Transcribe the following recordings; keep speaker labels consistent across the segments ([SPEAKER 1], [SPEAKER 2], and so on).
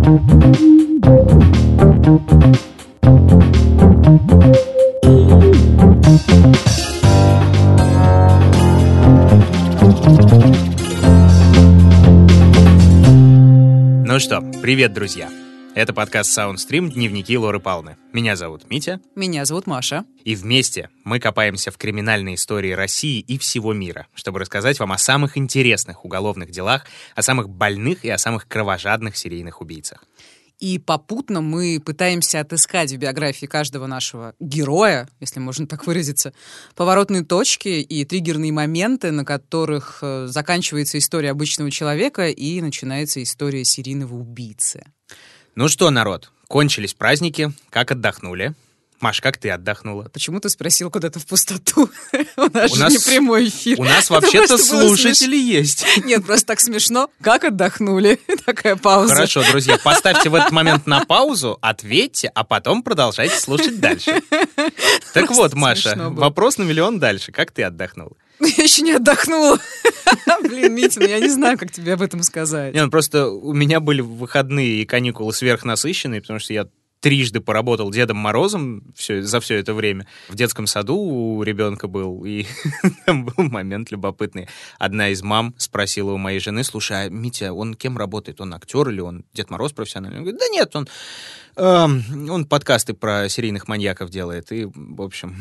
[SPEAKER 1] Ну что, привет, друзья! Это подкаст Soundstream «Дневники Лоры Палны». Меня зовут Митя.
[SPEAKER 2] Меня зовут Маша.
[SPEAKER 1] И вместе мы копаемся в криминальной истории России и всего мира, чтобы рассказать вам о самых интересных уголовных делах, о самых больных и о самых кровожадных серийных убийцах.
[SPEAKER 2] И попутно мы пытаемся отыскать в биографии каждого нашего героя, если можно так выразиться, поворотные точки и триггерные моменты, на которых заканчивается история обычного человека и начинается история серийного убийцы.
[SPEAKER 1] Ну что, народ, кончились праздники, как отдохнули? Маш, как ты отдохнула?
[SPEAKER 2] Почему ты спросил куда-то в пустоту? У нас же не прямой эфир.
[SPEAKER 1] У нас вообще-то слушатели есть.
[SPEAKER 2] Нет, просто так смешно. Как отдохнули? Такая пауза.
[SPEAKER 1] Хорошо, друзья, поставьте в этот момент на паузу, ответьте, а потом продолжайте слушать дальше. Так вот, Маша, вопрос на миллион дальше. Как ты отдохнула?
[SPEAKER 2] Я еще не отдохнула. Блин, Митя, я не знаю, как тебе об этом сказать.
[SPEAKER 1] Не, ну просто у меня были выходные и каникулы сверхнасыщенные, потому что я трижды поработал Дедом Морозом за все это время. В детском саду у ребенка был, и там был момент любопытный. Одна из мам спросила у моей жены: слушай, а Митя, он кем работает? Он актер или он Дед Мороз профессиональный? Он говорит: да нет, он подкасты про серийных маньяков делает, и, в общем...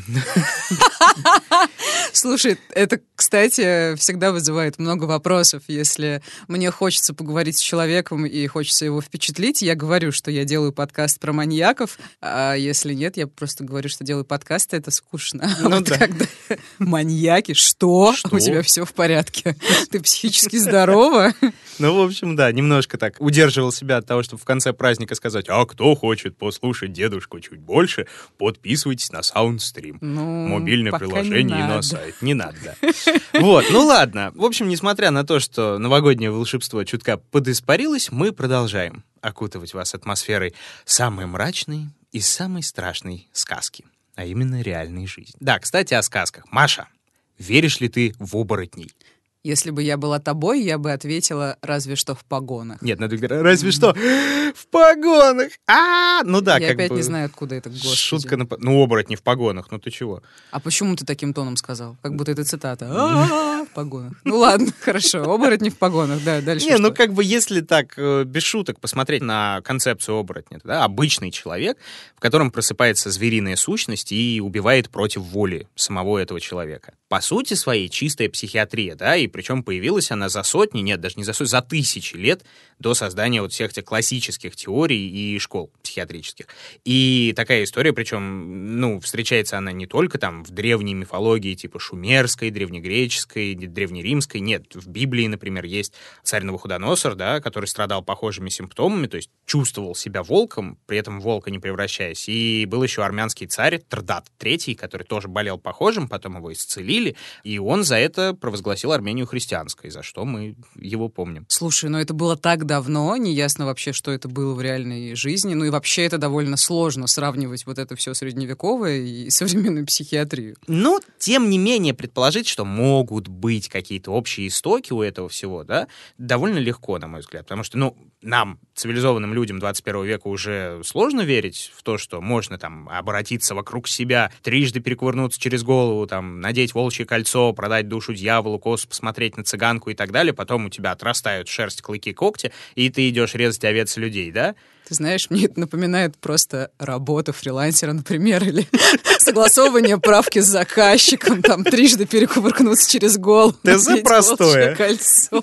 [SPEAKER 2] Слушай, это, кстати, всегда вызывает много вопросов. Если мне хочется поговорить с человеком и хочется его впечатлить, я говорю, что я делаю подкаст про маньяков, а если нет, я просто говорю, что делаю подкасты, это скучно.
[SPEAKER 1] Ну да.
[SPEAKER 2] Когда маньяки, что? У тебя все в порядке? Ты психически здорова?
[SPEAKER 1] Ну, в общем, да, немножко так удерживал себя от того, чтобы в конце праздника сказать: а кто хочет послушать дедушку чуть больше, подписывайтесь на Soundstream. Мобильное приложение и на сайт. Не надо, да. Вот, ну ладно. В общем, несмотря на то, что новогоднее волшебство чутка подиспарилось, мы продолжаем окутывать вас атмосферой самой мрачной и самой страшной сказки, а именно реальной жизни. Да, кстати, о сказках. Маша, веришь ли ты в оборотней?
[SPEAKER 2] Если бы я была тобой, я бы ответила: разве что в погонах.
[SPEAKER 1] Нет, надо говорить: разве что в погонах. Ну да,
[SPEAKER 2] я
[SPEAKER 1] как бы...
[SPEAKER 2] Я опять не знаю, откуда это, господи.
[SPEAKER 1] Шутка на... Ну, оборотни в погонах, ну ты чего?
[SPEAKER 2] А почему ты таким тоном сказал? Как будто это цитата. В погонах. Ну ладно, хорошо, оборотни в погонах, да, дальше
[SPEAKER 1] Не,
[SPEAKER 2] что?
[SPEAKER 1] ну как бы если так, без шуток, посмотреть на концепцию оборотня, да, обычный человек, в котором просыпается звериная сущность и убивает против воли самого этого человека. По сути своей чистая психиатрия, да, и причем появилась она за сотни, нет, даже не за сотни, за тысячи лет до создания вот всех тех классических теорий и школ психиатрических. И такая история, причем, ну, встречается она не только там в древней мифологии, типа шумерской, древнегреческой, древнеримской, нет, в Библии, например, есть царь Навуходоносор, да, который страдал похожими симптомами, то есть чувствовал себя волком, при этом в волка не превращаясь. И был еще армянский царь Трдат III, который тоже болел похожим, потом его исцелили, и он за это провозгласил Армению христианской, за что мы его помним.
[SPEAKER 2] Слушай, ну это было так давно, неясно вообще, что это было в реальной жизни, ну и вообще это довольно сложно сравнивать вот это все средневековое и современную психиатрию.
[SPEAKER 1] Ну, тем не менее, предположить, что могут быть какие-то общие истоки у этого всего, да, довольно легко, на мой взгляд, потому что, ну, нам, цивилизованным людям 21 века, уже сложно верить в то, что можно там обратиться вокруг себя, трижды перекувырнуться через голову, там, надеть волчье кольцо, продать душу дьяволу, косо посмотреть на цыганку и так далее, потом у тебя отрастают шерсть, клыки, когти, и ты идешь резать овец людей, да?
[SPEAKER 2] Ты знаешь, мне это напоминает просто работу фрилансера, например, или согласовывание правки с заказчиком, там трижды перекувыркнуться через голову.
[SPEAKER 1] Ты за простое.
[SPEAKER 2] Кольцо.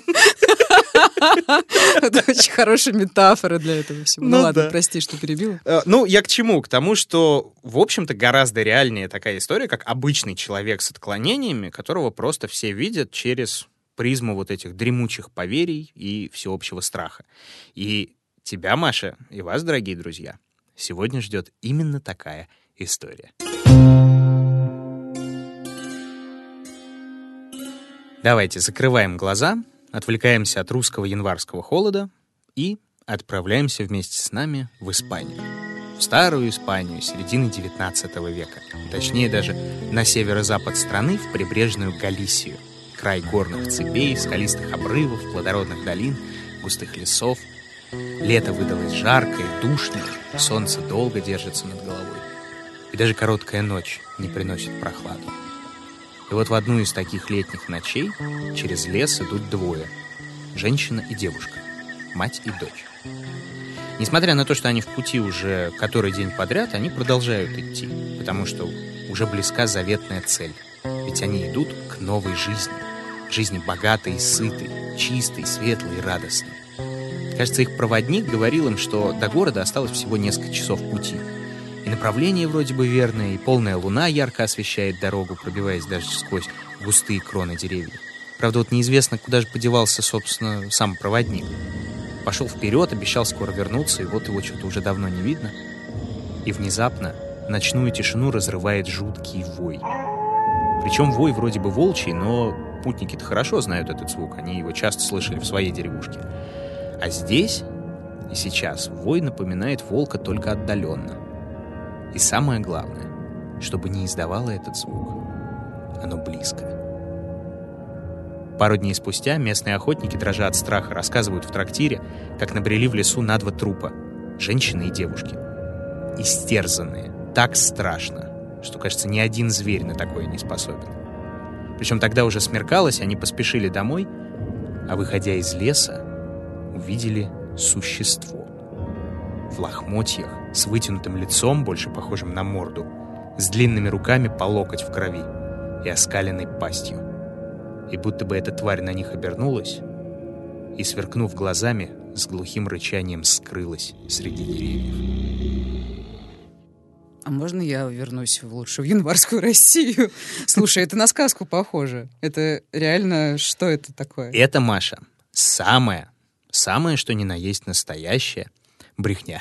[SPEAKER 2] Это очень хорошая метафора для этого всего. Ну ладно, прости, что перебила.
[SPEAKER 1] Ну, я к чему? К тому, что, в общем-то, гораздо реальнее такая история, как обычный человек с отклонениями, которого просто все видят через призму вот этих дремучих поверий и всеобщего страха. И тебя, Маша, и вас, дорогие друзья, сегодня ждет именно такая история. Давайте закрываем глаза, отвлекаемся от русского январского холода и отправляемся вместе с нами в Испанию. В старую Испанию середины 19 века. Точнее, даже на северо-запад страны, в прибрежную Галисию. Край горных цепей, скалистых обрывов, плодородных долин, густых лесов. Лето выдалось жаркое, душное, солнце долго держится над головой. И даже короткая ночь не приносит прохладу. И вот в одну из таких летних ночей через лес идут двое. Женщина и девушка, мать и дочь. Несмотря на то, что они в пути уже который день подряд, они продолжают идти, потому что уже близка заветная цель. Ведь они идут к новой жизни. Жизни богатой и сытой, чистой, светлой и радостной. Кажется, их проводник говорил им, что до города осталось всего несколько часов пути. И направление вроде бы верное, и полная луна ярко освещает дорогу, пробиваясь даже сквозь густые кроны деревьев. Правда, вот неизвестно, куда же подевался, собственно, сам проводник. Пошел вперед, обещал скоро вернуться, и вот его что-то уже давно не видно. И внезапно ночную тишину разрывает жуткий вой. Причем вой вроде бы волчий, но путники-то хорошо знают этот звук, они его часто слышали в своей деревушке. А здесь и сейчас вой напоминает волка только отдаленно. И самое главное, чтобы не издавало этот звук, оно близко. Пару дней спустя местные охотники, дрожа от страха, рассказывают в трактире, как набрели в лесу на два трупа — женщины и девушки. Истерзанные, так страшно, что, кажется, ни один зверь на такое не способен. Причем тогда уже смеркалось, они поспешили домой, а, выходя из леса, увидели существо. В лохмотьях, с вытянутым лицом, больше похожим на морду, с длинными руками по локоть в крови и оскаленной пастью. И будто бы эта тварь на них обернулась и, сверкнув глазами, с глухим рычанием скрылась среди деревьев.
[SPEAKER 2] А можно я вернусь лучше в январскую Россию? Слушай, это на сказку похоже. Это реально, что это такое?
[SPEAKER 1] Это, Маша, самое, что ни на есть настоящее брехня.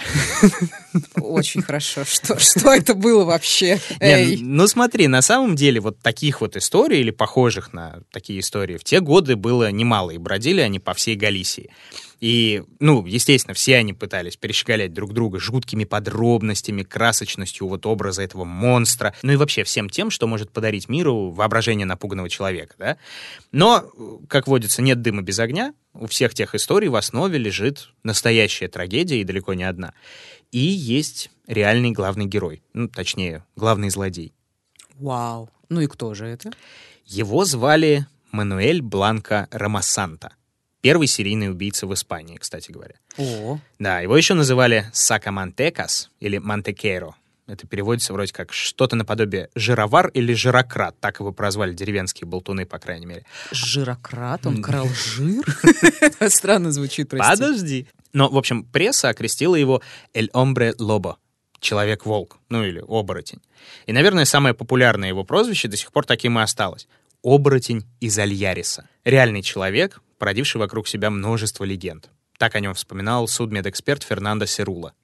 [SPEAKER 2] Очень хорошо. Что это было вообще? Эй.
[SPEAKER 1] Ну смотри, на самом деле вот таких вот историй или похожих на такие истории в те годы было немало, и бродили они по всей Галисии. И, естественно, все они пытались перещеголять друг друга жуткими подробностями, красочностью вот образа этого монстра, ну и вообще всем тем, что может подарить миру воображение напуганного человека, да? Но, как водится, нет дыма без огня. У всех тех историй в основе лежит настоящая трагедия, и далеко не одна. И есть реальный главный герой, точнее, главный злодей.
[SPEAKER 2] Вау. Ну и кто же это?
[SPEAKER 1] Его звали Мануэль Бланко Рамасанта. Первый серийный убийца в Испании, кстати говоря.
[SPEAKER 2] О.
[SPEAKER 1] Да, его еще называли Сакамантекас или Мантекейро. Это переводится вроде как что-то наподобие жировар или жирократ. Так его прозвали деревенские болтуны, по крайней мере.
[SPEAKER 2] Жирократ? Он крал жир? Странно звучит, прости.
[SPEAKER 1] Подожди. Но, в общем, пресса окрестила его «El hombre lobo» — человек-волк, или оборотень. И, наверное, самое популярное его прозвище до сих пор таким и осталось — оборотень из Альяриса. Реальный человек, породивший вокруг себя множество легенд. Так о нем вспоминал судмедэксперт Фернандо Серула.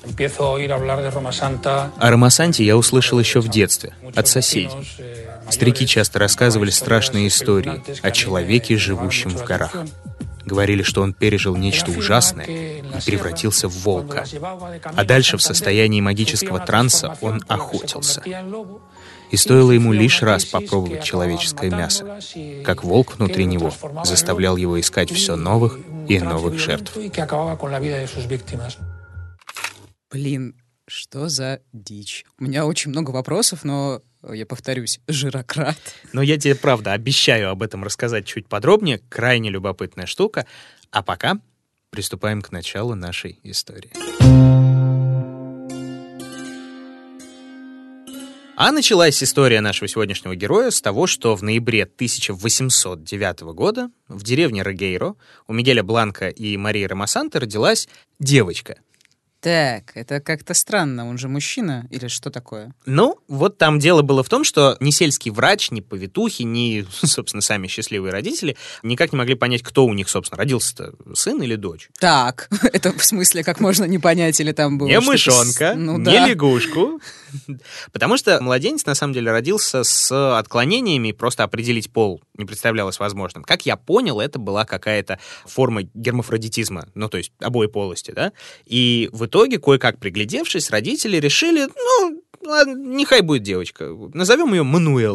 [SPEAKER 1] О Рамасанте я услышал еще в детстве, от соседей. Старики часто рассказывали страшные истории о человеке, живущем в горах. Говорили, что он пережил нечто ужасное и превратился в волка. А дальше в состоянии магического транса он охотился. И стоило ему лишь раз попробовать человеческое мясо, как волк внутри него заставлял его искать все новых и новых жертв.
[SPEAKER 2] Блин, что за дичь? У меня очень много вопросов, но, я повторюсь, жирократ.
[SPEAKER 1] Но я тебе, правда, обещаю об этом рассказать чуть подробнее. Крайне любопытная штука. А пока приступаем к началу нашей истории. А началась история нашего сегодняшнего героя с того, что в ноябре 1809 года в деревне Регейро у Мигеля Бланко и Марии Рамасанты родилась девочка.
[SPEAKER 2] Так, это как-то странно, он же мужчина или что такое?
[SPEAKER 1] Вот там дело было в том, что ни сельский врач, ни повитухи, ни, собственно, сами счастливые родители никак не могли понять, кто у них, собственно, родился-то, сын или дочь.
[SPEAKER 2] Так, это в смысле, как можно не понять, или там было
[SPEAKER 1] не мышонка, не лягушку. Потому что младенец, на самом деле, родился с отклонениями, и просто определить пол не представлялось возможным. Как я понял, это была какая-то форма гермафродитизма, то есть обои полости, да? И в итоге, кое-как приглядевшись, родители решили, ладно, нехай будет девочка, назовем ее Мануэлой.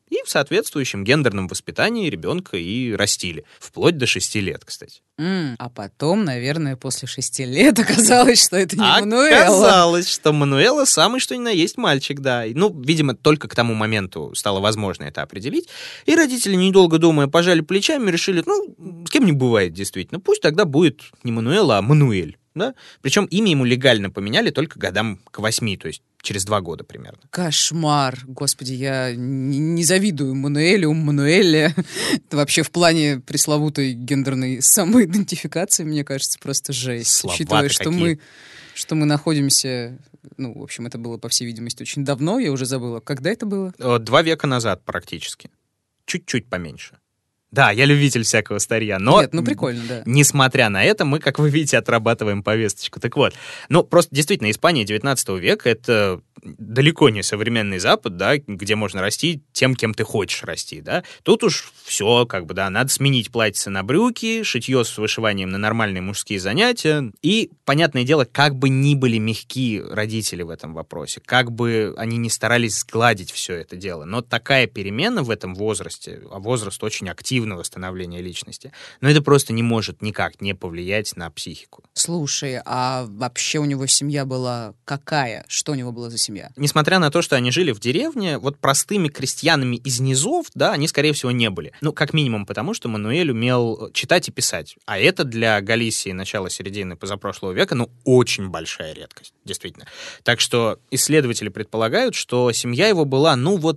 [SPEAKER 1] И в соответствующем гендерном воспитании ребенка и растили. Вплоть до 6 лет, кстати.
[SPEAKER 2] А потом, наверное, после 6 лет оказалось, что это не Мануэлла.
[SPEAKER 1] Оказалось, что Мануэлла самый что ни на есть мальчик, да. Ну, видимо, только к тому моменту стало возможно это определить. И родители, недолго думая, пожали плечами и решили, с кем не бывает действительно. Пусть тогда будет не Мануэлла, а Мануэль. Да? Причем имя ему легально поменяли только годам к 8, то есть через 2 года примерно.
[SPEAKER 2] Кошмар. Господи, я не завидую Мануэлю, Мануэле. Это вообще в плане пресловутой гендерной самоидентификации, мне кажется, просто жесть.
[SPEAKER 1] Слова-то
[SPEAKER 2] учитывая,
[SPEAKER 1] какие.
[SPEAKER 2] что мы находимся... в общем, это было, по всей видимости, очень давно, я уже забыла. Когда это было?
[SPEAKER 1] 2 века назад практически. Чуть-чуть поменьше. Да, я любитель всякого старья, но...
[SPEAKER 2] Нет, прикольно, да.
[SPEAKER 1] Несмотря на это, мы, как вы видите, отрабатываем повесточку. Так вот, просто действительно, Испания 19 века — это далеко не современный Запад, да, где можно расти тем, кем ты хочешь расти, да. Тут уж все, надо сменить платьице на брюки, шитье с вышиванием на нормальные мужские занятия. И, понятное дело, как бы ни были мягки родители в этом вопросе, как бы они ни старались сгладить все это дело, но такая перемена в этом возрасте, а возраст очень активного становления личности, это просто не может никак не повлиять на психику.
[SPEAKER 2] Слушай, а вообще у него семья была какая? Что у него было за семья?
[SPEAKER 1] Несмотря на то, что они жили в деревне, простыми крестьянами из низов, да, они, скорее всего, не были. Как минимум потому, что Мануэль умел читать и писать. А это для Галисии начала-середины позапрошлого века, очень большая редкость, действительно. Так что исследователи предполагают, что семья его была,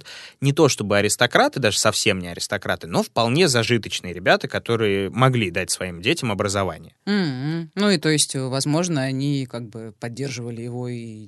[SPEAKER 1] не то чтобы аристократы, даже совсем не аристократы, но вполне зажиточные ребята, которые могли дать своим детям образование.
[SPEAKER 2] И то есть, возможно, они поддерживали его, и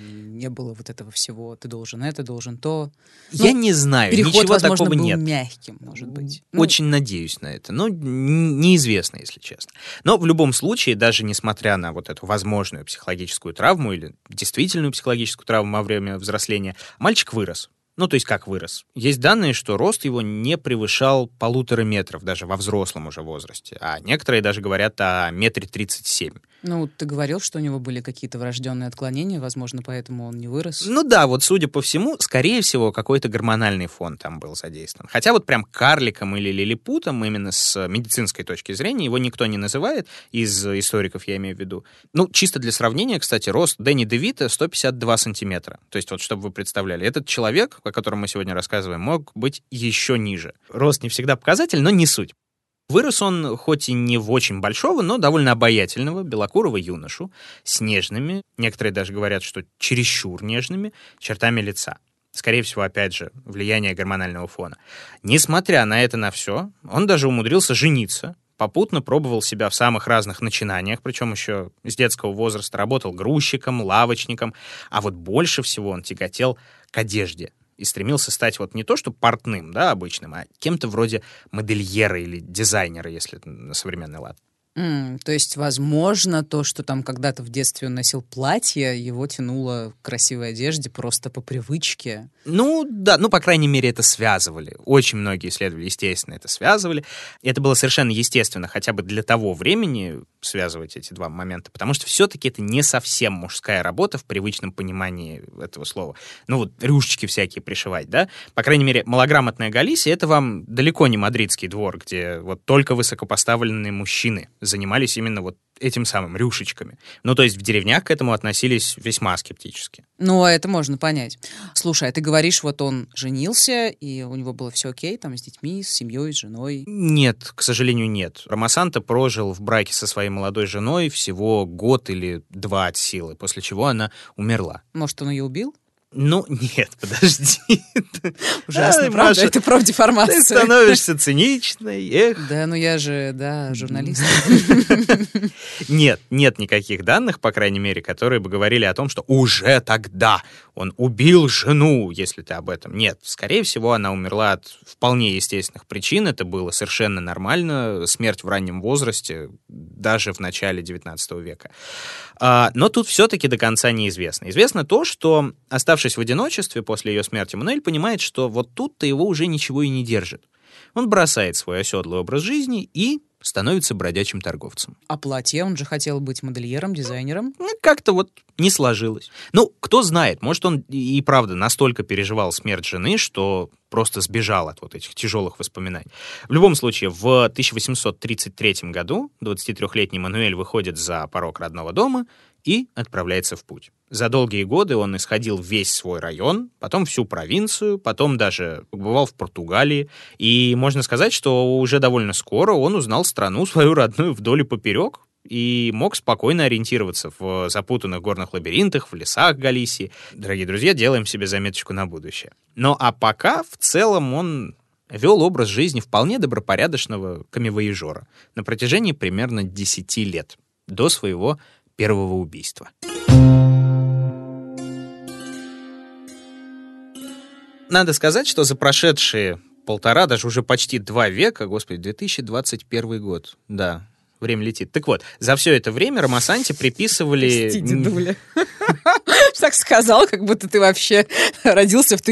[SPEAKER 2] не было вот этого всего. Ты должен это, должен то.
[SPEAKER 1] Я не знаю,
[SPEAKER 2] переход,
[SPEAKER 1] ничего
[SPEAKER 2] возможно,
[SPEAKER 1] такого
[SPEAKER 2] был
[SPEAKER 1] нет.
[SPEAKER 2] мягким, может быть.
[SPEAKER 1] Очень надеюсь на это. Неизвестно, если честно. Но в любом случае, даже несмотря на эту возможную психологическую травму или действительную психологическую травму во время взросления, мальчик вырос. То есть как вырос? Есть данные, что рост его не превышал 1,5 метра даже во взрослом уже возрасте. А некоторые даже говорят о 1,37 м.
[SPEAKER 2] Ты говорил, что у него были какие-то врожденные отклонения, возможно, поэтому он не вырос.
[SPEAKER 1] Судя по всему, скорее всего, какой-то гормональный фон там был задействован. Хотя прям карликом или лилипутом именно с медицинской точки зрения его никто не называет, из историков я имею в виду. Чисто для сравнения, кстати, рост Дэнни де Вито 152 сантиметра. То есть чтобы вы представляли, этот человек, о котором мы сегодня рассказываем, мог быть еще ниже. Рост не всегда показатель, но не суть. Вырос он хоть и не в очень большого, но довольно обаятельного, белокурого юношу с нежными, некоторые даже говорят, что чересчур нежными, чертами лица. Скорее всего, опять же, влияние гормонального фона. Несмотря на это на все, он даже умудрился жениться, попутно пробовал себя в самых разных начинаниях, причем еще с детского возраста работал грузчиком, лавочником, а больше всего он тяготел к одежде. И стремился стать не то что портным, да, обычным, а кем-то вроде модельера или дизайнера, если на современный лад.
[SPEAKER 2] То есть, возможно, то, что там когда-то в детстве он носил платье, его тянуло к красивой одежде просто по привычке.
[SPEAKER 1] Да, по крайней мере, это связывали. Очень многие исследователи, естественно, это связывали. И это было совершенно естественно, хотя бы для того времени связывать эти два момента, потому что все-таки это не совсем мужская работа в привычном понимании этого слова. Рюшечки всякие пришивать, да? По крайней мере, малограмотная Галисия — это вам далеко не мадридский двор, где только высокопоставленные мужчины занимались именно этим самым рюшечками. То есть в деревнях к этому относились весьма скептически.
[SPEAKER 2] Это можно понять. Слушай, а ты говоришь, он женился, и у него было все окей, там, с детьми, с семьей, с женой?
[SPEAKER 1] Нет, к сожалению, нет. Ромасанта прожил в браке со своей молодой женой всего 1 год или 2 от силы, после чего она умерла.
[SPEAKER 2] Может, он ее убил?
[SPEAKER 1] Нет, подожди.
[SPEAKER 2] Ужасно, правда?
[SPEAKER 1] Маша,
[SPEAKER 2] это профдеформация.
[SPEAKER 1] Ты становишься циничной, эх.
[SPEAKER 2] Да, я же, журналист.
[SPEAKER 1] Нет никаких данных, по крайней мере, которые бы говорили о том, что уже тогда он убил жену, если ты об этом. Нет, скорее всего, она умерла от вполне естественных причин. Это было совершенно нормально. Смерть в раннем возрасте, даже в начале 19 века. Но тут все-таки до конца неизвестно. Известно то, что, оставшись в одиночестве после ее смерти, Мануэль понимает, что тут-то его уже ничего и не держит. Он бросает свой оседлый образ жизни и становится бродячим торговцем.
[SPEAKER 2] А платье? Он же хотел быть модельером, дизайнером?
[SPEAKER 1] Как-то не сложилось. Кто знает, может, он и правда настолько переживал смерть жены, что просто сбежал от вот этих тяжелых воспоминаний. В любом случае, в 1833 году 23-летний Мануэль выходит за порог родного дома и отправляется в путь. За долгие годы он исходил весь свой район, потом всю провинцию, потом даже побывал в Португалии. И можно сказать, что уже довольно скоро он узнал страну свою родную вдоль и поперек и мог спокойно ориентироваться в запутанных горных лабиринтах, в лесах Галисии. Дорогие друзья, делаем себе заметочку на будущее. Ну а пока в целом он вел образ жизни вполне добропорядочного камевояжера на протяжении примерно 10 лет до своего первого убийства. Надо сказать, что за прошедшие полтора, даже уже почти 2 века, господи, 2021 год, да, время летит. Так вот, за все это время Рамасанте приписывали...
[SPEAKER 2] Прости, дедуля. Так сказал, как будто ты вообще родился в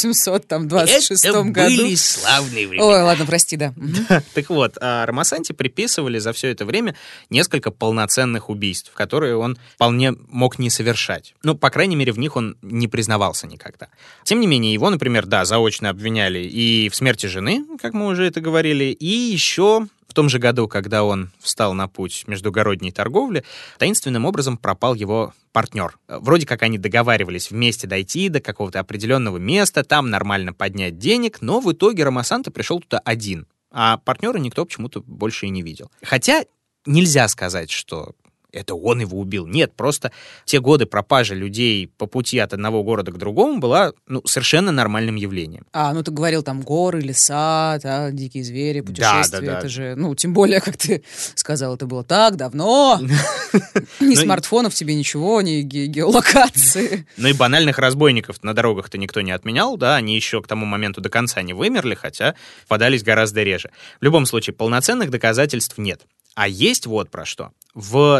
[SPEAKER 2] 1826 году.
[SPEAKER 1] Это были славные времена.
[SPEAKER 2] Ой, ладно, прости, да.
[SPEAKER 1] Так вот, Рамасанте приписывали за все это время несколько полноценных убийств, которые он вполне мог не совершать. Ну, по крайней мере, в них он не признавался никогда. Тем не менее, его, например, да, заочно обвиняли и в смерти жены, как мы уже это говорили, и еще... В том же году, когда он встал на путь междугородней торговли, таинственным образом пропал его партнер. Вроде как они договаривались вместе дойти до какого-то определенного места, там нормально поднять денег, но в итоге Рамасанте пришел туда один, а партнера никто почему-то больше и не видел. Хотя нельзя сказать, что это он его убил. Нет, просто те годы пропажи людей по пути от одного города к другому была совершенно нормальным явлением.
[SPEAKER 2] Ты говорил, там горы, леса, да, дикие звери, путешествия.
[SPEAKER 1] Да.
[SPEAKER 2] Это же, тем более, как ты сказал, это было так давно. Ни смартфонов тебе, ничего, ни геолокации.
[SPEAKER 1] Ну и банальных разбойников на дорогах-то никто не отменял, да, они еще к тому моменту до конца не вымерли, хотя попадались гораздо реже. В любом случае, полноценных доказательств нет. А есть вот про что. В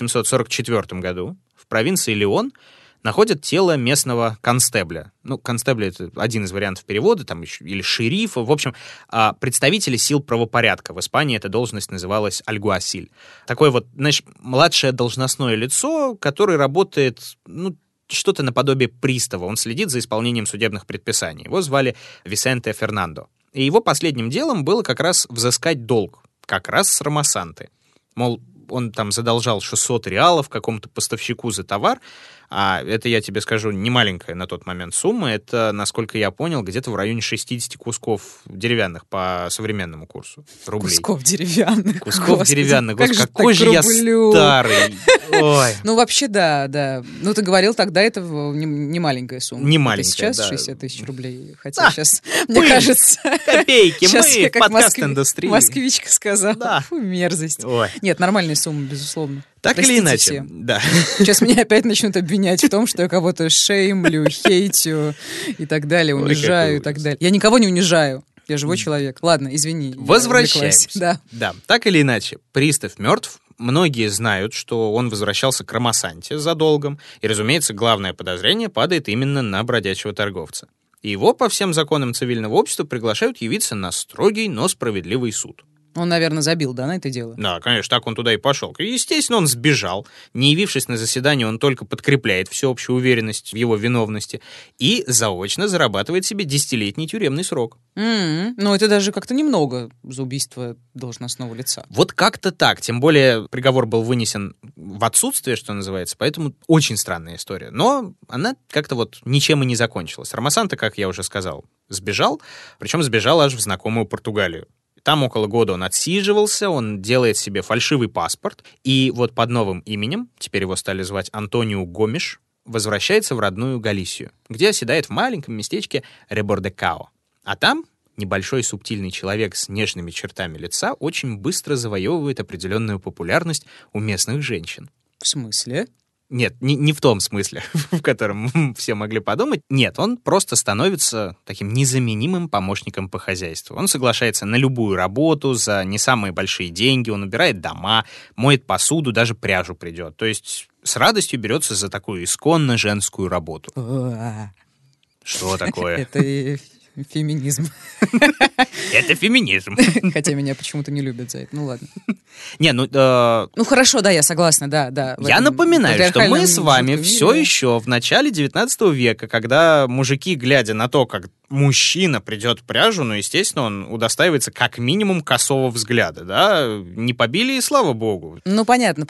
[SPEAKER 1] 1844 году в провинции Леон находят тело местного констебля. Констебля — это один из вариантов перевода, там еще, или шерифа. В общем, представители сил правопорядка. В Испании эта должность называлась альгуасиль. Такое вот, младшее должностное лицо, которое работает, что-то наподобие пристава. Он следит за исполнением судебных предписаний. Его звали Висенте Фернандо. И его последним делом было как раз взыскать долг. Как раз с Рамасанте. Мол, он там задолжал 600 реалов какому-то поставщику за товар, а это, я тебе скажу, не маленькая на тот момент сумма, это, насколько я понял, где-то в районе 60 кусков деревянных по современному курсу рублей.
[SPEAKER 2] Кусков деревянных.
[SPEAKER 1] Кусков деревянных. Господи, какой же я старый. Ой.
[SPEAKER 2] Вообще, да. Ты говорил, тогда это не маленькая сумма.
[SPEAKER 1] Не маленькая,
[SPEAKER 2] сейчас
[SPEAKER 1] да.
[SPEAKER 2] 60 тысяч рублей. Хотя сейчас, мне кажется...
[SPEAKER 1] Копейки, мы
[SPEAKER 2] как
[SPEAKER 1] подкаст-индустрии.
[SPEAKER 2] Москвичка сказала.
[SPEAKER 1] Да.
[SPEAKER 2] Фу, мерзость.
[SPEAKER 1] Ой.
[SPEAKER 2] Нет, нормальная сумма, безусловно.
[SPEAKER 1] Так
[SPEAKER 2] Простите
[SPEAKER 1] или иначе,
[SPEAKER 2] все.
[SPEAKER 1] да.
[SPEAKER 2] Сейчас меня опять начнут обвинять в том, что я кого-то шеймлю, хейтю и так далее, унижаю и так далее. Я никого не унижаю. Я живой человек. Ладно, извини.
[SPEAKER 1] Возвращаемся. Да. Так или иначе, пристав мертв. Многие знают, что он возвращался к Рамасанте за долгом. И, разумеется, главное подозрение падает именно на бродячего торговца. И его по всем законам цивильного общества приглашают явиться на строгий, но справедливый суд.
[SPEAKER 2] Он, наверное, забил, да, на это дело?
[SPEAKER 1] Да, конечно, так он туда и пошел. Естественно, он сбежал. Не явившись на заседание, он только подкрепляет всеобщую уверенность в его виновности и заочно зарабатывает себе 10-летний тюремный срок.
[SPEAKER 2] Это даже как-то немного за убийство должностного лица.
[SPEAKER 1] Вот как-то так. Тем более приговор был вынесен в отсутствие, что называется, поэтому очень странная история. Но она как-то вот ничем и не закончилась. Рамасанте, как я уже сказал, сбежал, причем сбежал аж в знакомую Португалию. Там около года он отсиживался, он делает себе фальшивый паспорт, и вот под новым именем, теперь его стали звать Антонио Гомеш, возвращается в родную Галисию, где оседает в маленьком местечке Ребордекао. А там небольшой субтильный человек с нежными чертами лица очень быстро завоевывает определенную популярность у местных женщин.
[SPEAKER 2] В смысле?
[SPEAKER 1] Нет, не в том смысле, в котором все могли подумать. Нет, он просто становится таким незаменимым помощником по хозяйству. Он соглашается на любую работу за не самые большие деньги, он убирает дома, моет посуду, даже пряжу придет. То есть с радостью берется за такую исконно женскую работу. Что такое?
[SPEAKER 2] Это Феминизм.
[SPEAKER 1] Это феминизм.
[SPEAKER 2] Хотя меня почему-то не любят за это. Ну ладно.
[SPEAKER 1] Не, ну...
[SPEAKER 2] Ну хорошо, да, я согласна, да.
[SPEAKER 1] Я напоминаю, что мы с вами все еще в начале 19 века, когда мужики, глядя на то, как мужчина придет в пряжу, ну, естественно, он удостаивается как минимум косого взгляда, да? Не побили, и слава богу.
[SPEAKER 2] Ну, понятно.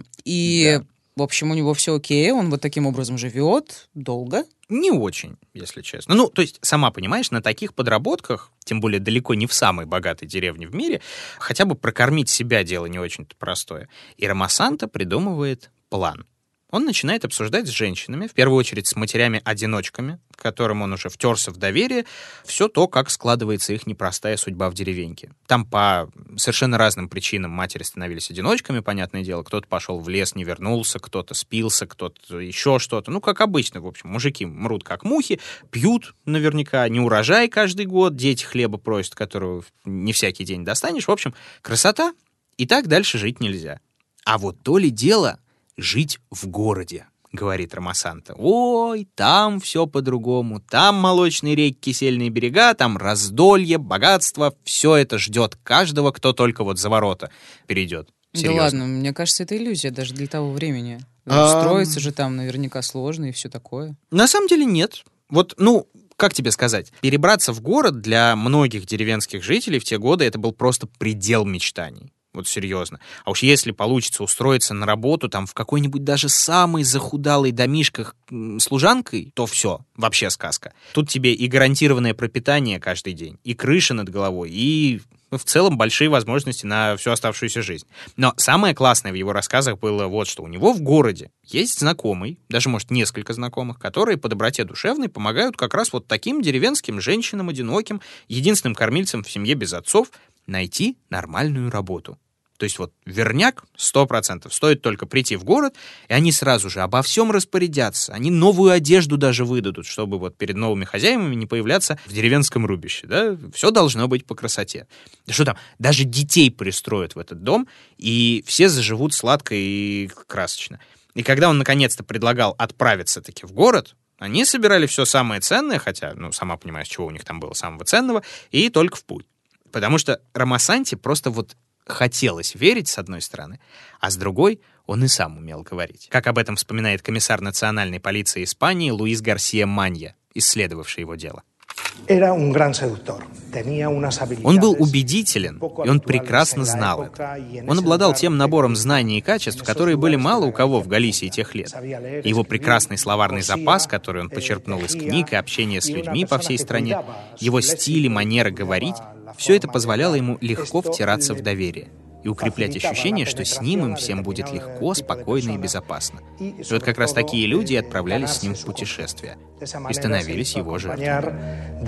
[SPEAKER 2] И... Да. В общем, у него все окей, он вот таким образом живет долго.
[SPEAKER 1] Не очень, если честно. Ну, то есть, сама понимаешь, на таких подработках, тем более далеко не в самой богатой деревне в мире, хотя бы прокормить себя дело не очень-то простое. И Рамасанта придумывает план. Он начинает обсуждать с женщинами, в первую очередь с матерями-одиночками, к которым он уже втерся в доверие, все то, как складывается их непростая судьба в деревеньке. Там по совершенно разным причинам матери становились одиночками, понятное дело. Кто-то пошел в лес, не вернулся, кто-то спился, кто-то еще что-то. Ну, как обычно, в общем. Мужики мрут как мухи, пьют наверняка, не урожай каждый год, дети хлеба просят, которого не всякий день достанешь. В общем, красота, и так дальше жить нельзя. А вот то ли дело... жить в городе, говорит Рамасанта. Ой, там все по-другому. Там молочные реки, кисельные берега, там раздолье, богатство. Все это ждет каждого, кто только вот за ворота перейдет. Серьезно.
[SPEAKER 2] Да ладно, мне кажется, это иллюзия даже для того времени. Строиться же там наверняка сложно и все такое.
[SPEAKER 1] На самом деле нет. Вот, ну, как тебе сказать? Перебраться в город для многих деревенских жителей в те годы это был просто предел мечтаний. Вот серьезно. А уж если получится устроиться на работу там в какой-нибудь даже самой захудалой домишках служанкой, то все, вообще сказка. Тут тебе и гарантированное пропитание каждый день, и крыша над головой, и в целом большие возможности на всю оставшуюся жизнь. Но самое классное в его рассказах было вот что. У него в городе есть знакомый, даже, может, несколько знакомых, которые по доброте душевной помогают как раз вот таким деревенским женщинам одиноким, единственным кормильцам в семье без отцов, найти нормальную работу. То есть вот верняк 100%. Стоит только прийти в город, и они сразу же обо всем распорядятся. Они новую одежду даже выдадут, чтобы вот перед новыми хозяевами не появляться в деревенском рубище. Да? Все должно быть по красоте. Да что там, даже детей пристроят в этот дом, и все заживут сладко и красочно. И когда он наконец-то предлагал отправиться таки в город, они собирали все самое ценное, хотя, ну, сама понимаешь, чего у них там было самого ценного, и только в путь. Потому что Рамасанте просто вот хотелось верить, с одной стороны, а с другой он и сам умел говорить. Как об этом вспоминает комиссар национальной полиции Испании Луис Гарсия Манья, исследовавший его дело. Он был убедителен, и он прекрасно знал это. Он обладал тем набором знаний и качеств, которые были мало у кого в Галисии тех лет. И его прекрасный словарный запас, который он почерпнул из книг и общения с людьми по всей стране, его стиль и манера говорить, все это позволяло ему легко втираться в доверие и укреплять ощущение, что с ним им всем будет легко, спокойно и безопасно. И вот как раз такие люди и отправлялись с ним в путешествие и становились его жертвами.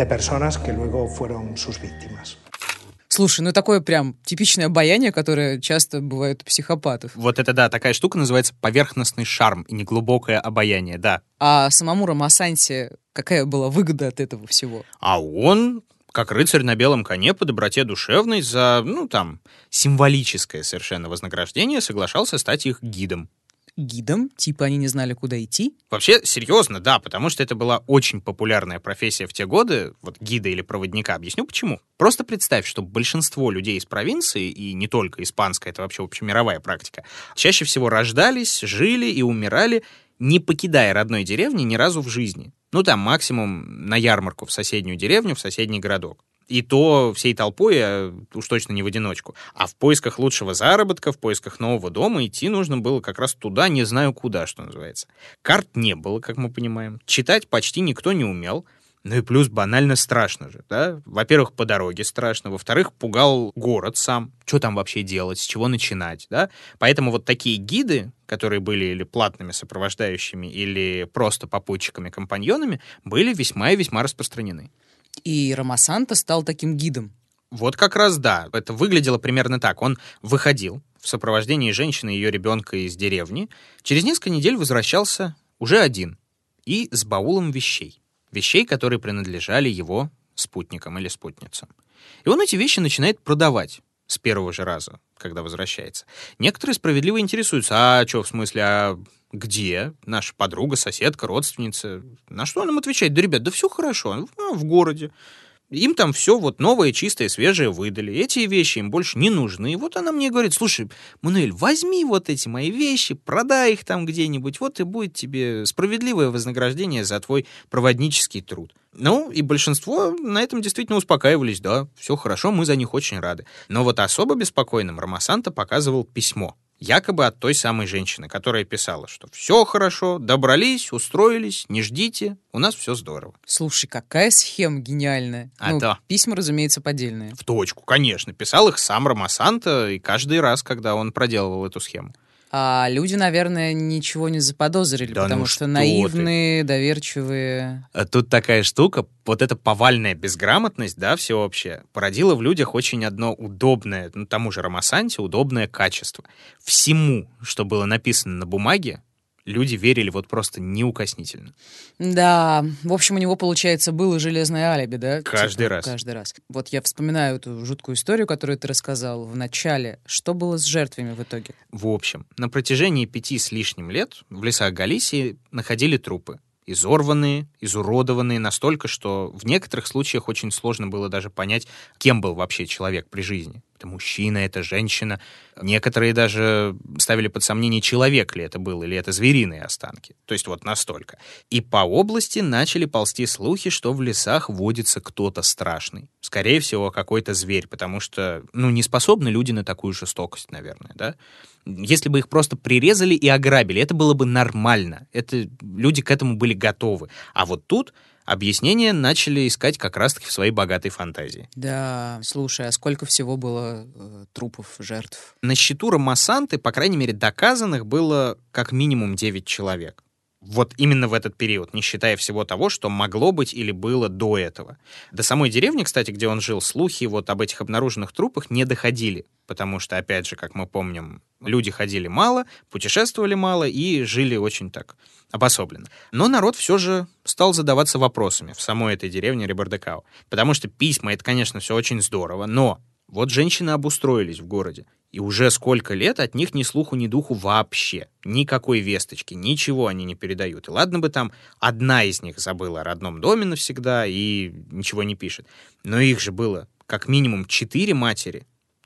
[SPEAKER 2] Слушай, ну такое прям типичное обаяние, которое часто бывает у психопатов.
[SPEAKER 1] Вот это да, такая штука называется поверхностный шарм и неглубокое обаяние, да.
[SPEAKER 2] А самому Рамасанте какая была выгода от этого всего?
[SPEAKER 1] А он, как рыцарь на белом коне, по доброте душевной, за, ну там, символическое совершенно вознаграждение соглашался стать их гидом.
[SPEAKER 2] Гидом? Типа они не знали, куда идти?
[SPEAKER 1] Вообще, серьезно, да, потому что это была очень популярная профессия в те годы, вот гида или проводника. Объясню почему. Просто представь, что большинство людей из провинции, и не только испанская, это вообще общемировая практика, чаще всего рождались, жили и умирали, не покидая родной деревни ни разу в жизни. Ну, там максимум на ярмарку в соседнюю деревню, в соседний городок. И то всей толпой, уж точно не в одиночку. А в поисках лучшего заработка, в поисках нового дома идти нужно было как раз туда, не знаю куда, что называется. Карт не было, как мы понимаем. Читать почти никто не умел. Ну и плюс банально страшно же, да? Во-первых, по дороге страшно. Во-вторых, пугал город сам. Что там вообще делать, с чего начинать, да? Поэтому вот такие гиды, которые были или платными сопровождающими, или просто попутчиками-компаньонами, были весьма и весьма распространены.
[SPEAKER 2] И Рамасанта стал таким гидом.
[SPEAKER 1] Вот как раз да. Это выглядело примерно так. Он выходил в сопровождении женщины и ее ребенка из деревни. Через несколько недель возвращался уже один. И с баулом вещей. Вещей, которые принадлежали его спутникам или спутницам. И он эти вещи начинает продавать с первого же раза, когда возвращается. Некоторые справедливо интересуются, а что, в смысле, а где наша подруга, соседка, родственница? На что он им отвечает? Да, ребят, да все хорошо, в городе. Им там все вот новое, чистое, свежее выдали. Эти вещи им больше не нужны. И вот она мне говорит: слушай, Мануэль, возьми вот эти мои вещи, продай их там где-нибудь, вот и будет тебе справедливое вознаграждение за твой проводнический труд. Ну, и большинство на этом действительно успокаивались: да, все хорошо, мы за них очень рады. Но вот особо беспокойным Ромасанта показывал письмо. Якобы от той самой женщины, которая писала, что все хорошо, добрались, устроились, не ждите, у нас все здорово.
[SPEAKER 2] Слушай, какая схема гениальная.
[SPEAKER 1] Да.
[SPEAKER 2] Письма, разумеется, поддельные.
[SPEAKER 1] В точку, конечно. Писал их сам Ромасанта, и каждый раз, когда он проделывал эту схему.
[SPEAKER 2] А люди, наверное, ничего не заподозрили,
[SPEAKER 1] Да
[SPEAKER 2] потому
[SPEAKER 1] ну
[SPEAKER 2] что
[SPEAKER 1] что
[SPEAKER 2] наивные, доверчивые.
[SPEAKER 1] Тут такая штука, вот эта повальная безграмотность, да, всеобщая, породила в людях очень одно удобное, тому же Ромасанте, удобное качество. Всему, что было написано на бумаге, люди верили вот просто неукоснительно.
[SPEAKER 2] Да, в общем, у него, получается, было железное алиби, да?
[SPEAKER 1] Каждый раз.
[SPEAKER 2] Каждый раз. Вот я вспоминаю эту жуткую историю, которую ты рассказал в начале. Что было с жертвами в итоге?
[SPEAKER 1] В общем, на протяжении 5 с лишним лет в лесах Галисии находили трупы. Изорванные, изуродованные настолько, что в некоторых случаях очень сложно было даже понять, кем был вообще человек при жизни. Это мужчина, это женщина. Некоторые даже ставили под сомнение, человек ли это был, или это звериные останки. То есть вот настолько. И по области начали ползти слухи, что в лесах водится кто-то страшный. Скорее всего, какой-то зверь, потому что, не способны люди на такую жестокость, наверное, да? Если бы их просто прирезали и ограбили, это было бы нормально. Люди к этому были готовы. А вот тут объяснения начали искать как раз-таки в своей богатой фантазии.
[SPEAKER 2] Да, слушай, а сколько всего было трупов, жертв?
[SPEAKER 1] На счету Ромасанты, по крайней мере, доказанных было как минимум 9 человек. Вот именно в этот период, не считая всего того, что могло быть или было до этого. До самой деревни, кстати, где он жил, слухи вот об этих обнаруженных трупах не доходили. Потому что, опять же, как мы помним, люди ходили мало, путешествовали мало и жили очень так обособленно. Но народ все же стал задаваться вопросами в самой этой деревне Рибардекау. Потому что письма — это, конечно, все очень здорово, но вот женщины обустроились в городе. И уже сколько лет от них ни слуху, ни духу вообще. Никакой весточки, ничего они не передают. И ладно бы там одна из них забыла о родном доме навсегда и ничего не пишет. Но их же было как минимум 4 матери.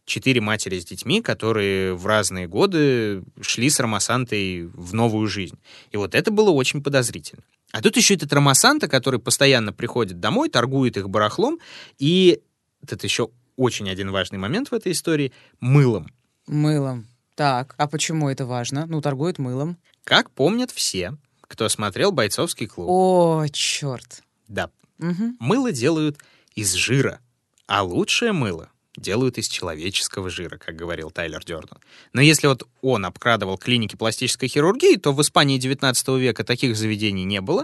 [SPEAKER 1] 4 матери с детьми, которые в разные годы шли с Ромасантой в новую жизнь. И вот это было очень подозрительно. А тут еще этот Ромасанта, который постоянно приходит домой, торгует их барахлом, и это еще очень один важный момент в этой истории — мылом.
[SPEAKER 2] Мылом. Так, а почему это важно? Торгует мылом.
[SPEAKER 1] Как помнят все, кто смотрел «Бойцовский клуб».
[SPEAKER 2] О, черт.
[SPEAKER 1] Да.
[SPEAKER 2] Угу.
[SPEAKER 1] Мыло делают из жира, а лучшее мыло делают из человеческого жира, как говорил Тайлер Дёрден. Но если вот он обкрадывал клиники пластической хирургии, то в Испании XIX века таких заведений не было,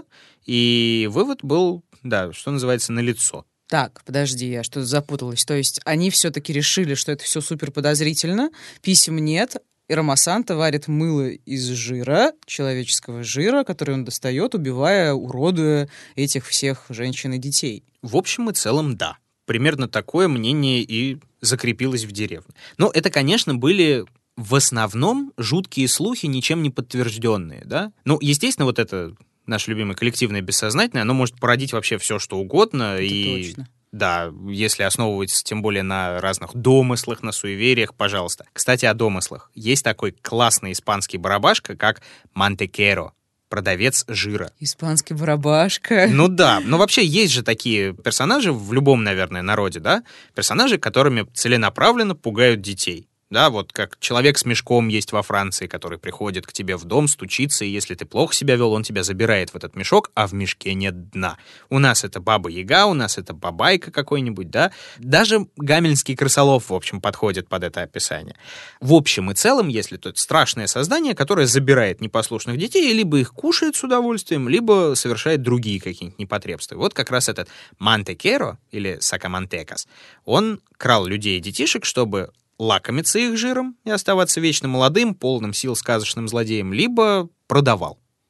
[SPEAKER 1] и вывод был, да, что называется, налицо.
[SPEAKER 2] Так, подожди, я что-то запуталась. То есть они все-таки решили, что это все супер подозрительно, писем нет, и Ромасанта варит мыло из жира, человеческого жира, который он достает, убивая, уродуя этих всех женщин и детей.
[SPEAKER 1] В общем и целом, да. Примерно такое мнение и закрепилось в деревне. Но это, конечно, были в основном жуткие слухи, ничем не подтвержденные, да? Естественно, вот это наше любимое коллективное бессознательное, оно может породить вообще все, что угодно.
[SPEAKER 2] Это точно.
[SPEAKER 1] Да, если основываться тем более на разных домыслах, на суевериях, пожалуйста. Кстати, о домыслах. Есть такой классный испанский барабашка, как мантекеро. Продавец жира.
[SPEAKER 2] Испанский барабашка.
[SPEAKER 1] Да, но вообще есть же такие персонажи в любом, наверное, народе, да? Персонажи, которыми целенаправленно пугают детей. Да, вот как человек с мешком есть во Франции, который приходит к тебе в дом, стучится, и если ты плохо себя вел, он тебя забирает в этот мешок, а в мешке нет дна. У нас это Баба-Яга, у нас это Бабайка какой-нибудь, да? Даже гамельнский крысолов, в общем, подходит под это описание. В общем и целом, если то это страшное создание, которое забирает непослушных детей, и либо их кушает с удовольствием, либо совершает другие какие-нибудь непотребства. Вот как раз этот мантекеро, или сакамантекас, он крал людей и детишек, чтобы лакомиться их жиром и оставаться вечно молодым, полным сил сказочным злодеем, либо продавал.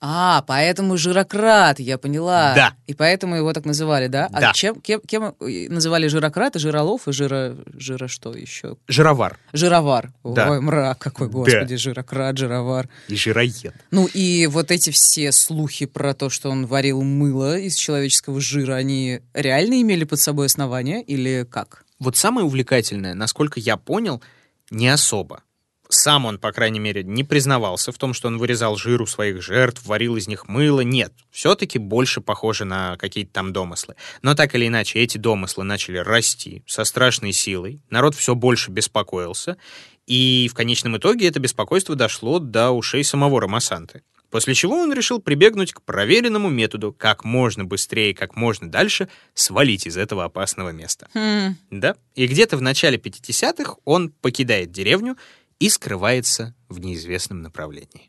[SPEAKER 2] Поэтому жирократ, я поняла.
[SPEAKER 1] Да.
[SPEAKER 2] И поэтому его так называли, да?
[SPEAKER 1] Да.
[SPEAKER 2] А кем называли жирократа, жиролов и жира что еще?
[SPEAKER 1] Жировар.
[SPEAKER 2] Жировар.
[SPEAKER 1] Да.
[SPEAKER 2] Ой, мрак какой, господи, жирократ, жировар.
[SPEAKER 1] И жироед.
[SPEAKER 2] Ну и вот эти все слухи про то, что он варил мыло из человеческого жира, они реально имели под собой основания или как?
[SPEAKER 1] Вот самое увлекательное, насколько я понял, не особо. Сам он, по крайней мере, не признавался в том, что он вырезал жир у своих жертв, варил из них мыло. Нет, все-таки больше похоже на какие-то там домыслы. Но так или иначе, эти домыслы начали расти со страшной силой. Народ все больше беспокоился. И в конечном итоге это беспокойство дошло до ушей самого Рамасанты. После чего он решил прибегнуть к проверенному методу как можно быстрее, как можно дальше свалить из этого опасного места. Да? И где-то в начале 50-х он покидает деревню и скрывается в неизвестном направлении.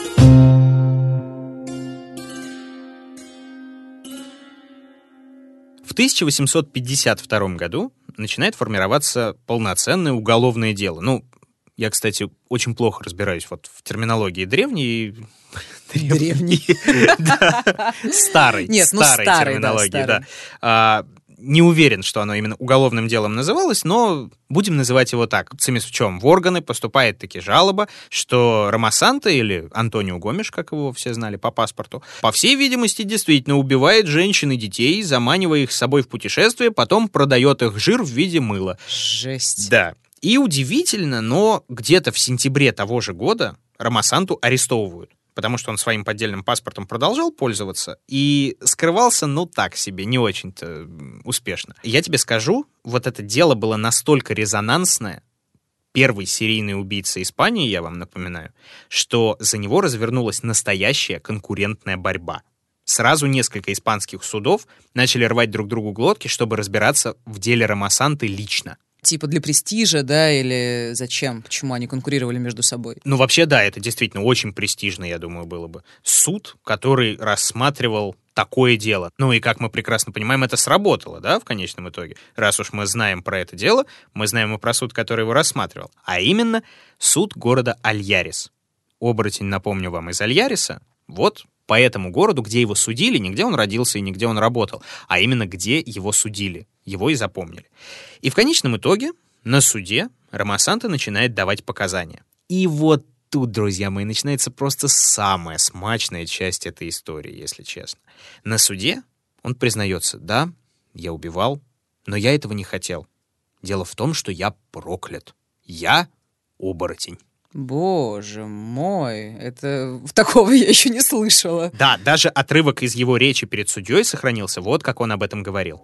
[SPEAKER 1] В 1852 году начинает формироваться полноценное уголовное дело. Ну, я, кстати, очень плохо разбираюсь вот в терминологии древней.
[SPEAKER 2] Древний.
[SPEAKER 1] Старой терминологии, да. Не уверен, что оно именно уголовным делом называлось, но будем называть его так. Цимис в чем? В органы поступает таки жалоба, что Рамасанта, или Антонио Гомеш, как его все знали по паспорту, по всей видимости, действительно убивает женщин и детей, заманивая их с собой в путешествие, потом продает их жир в виде мыла.
[SPEAKER 2] Жесть.
[SPEAKER 1] Да. И удивительно, но где-то в сентябре того же года Рамасанту арестовывают, потому что он своим поддельным паспортом продолжал пользоваться и скрывался, ну, так себе, не очень-то успешно. Я тебе скажу, вот это дело было настолько резонансное, первый серийный убийца Испании, я вам напоминаю, что за него развернулась настоящая конкурентная борьба. Сразу несколько испанских судов начали рвать друг другу глотки, чтобы разбираться в деле Рамасанты лично.
[SPEAKER 2] Типа для престижа, да, или зачем? Почему они конкурировали между собой?
[SPEAKER 1] Ну, вообще, да, это действительно очень престижно, я думаю, было бы. Суд, который рассматривал такое дело. Ну и, как мы прекрасно понимаем, это сработало, да, в конечном итоге. Раз уж мы знаем про это дело, мы знаем и про суд, который его рассматривал. А именно, суд города Альярис. Оборотень, напомню вам, из Альяриса. Вот по этому городу, где его судили, не где он родился и не где он работал, а именно где его судили. Его и запомнили. И в конечном итоге на суде Рамасанта начинает давать показания. И вот тут, друзья мои, начинается просто самая смачная часть этой истории, если честно. На суде он признается: да, я убивал, но я этого не хотел. Дело в том, что я проклят. Я оборотень.
[SPEAKER 2] Боже мой, такого я еще не слышала.
[SPEAKER 1] Да, даже отрывок из его речи перед судьей сохранился, вот как он об этом говорил.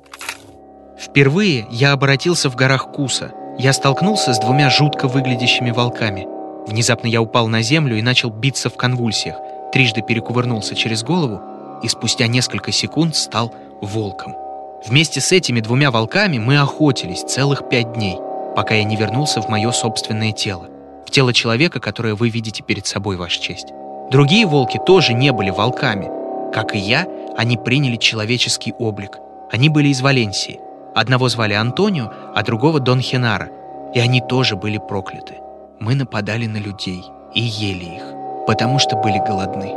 [SPEAKER 1] Впервые я обратился в горах Куса. Я столкнулся с двумя жутко выглядящими волками. Внезапно я упал на землю и начал биться в конвульсиях. Трижды перекувырнулся через голову и спустя несколько секунд стал волком. Вместе с этими двумя волками мы охотились целых 5 дней, пока я не вернулся в мое собственное тело. В тело человека, которое вы видите перед собой, Ваша честь. Другие волки тоже не были волками. Как и я, они приняли человеческий облик. Они были из Валенсии. Одного звали Антонио, а другого Дон Хенара. И они тоже были прокляты. Мы нападали на людей и ели их, потому что были голодны.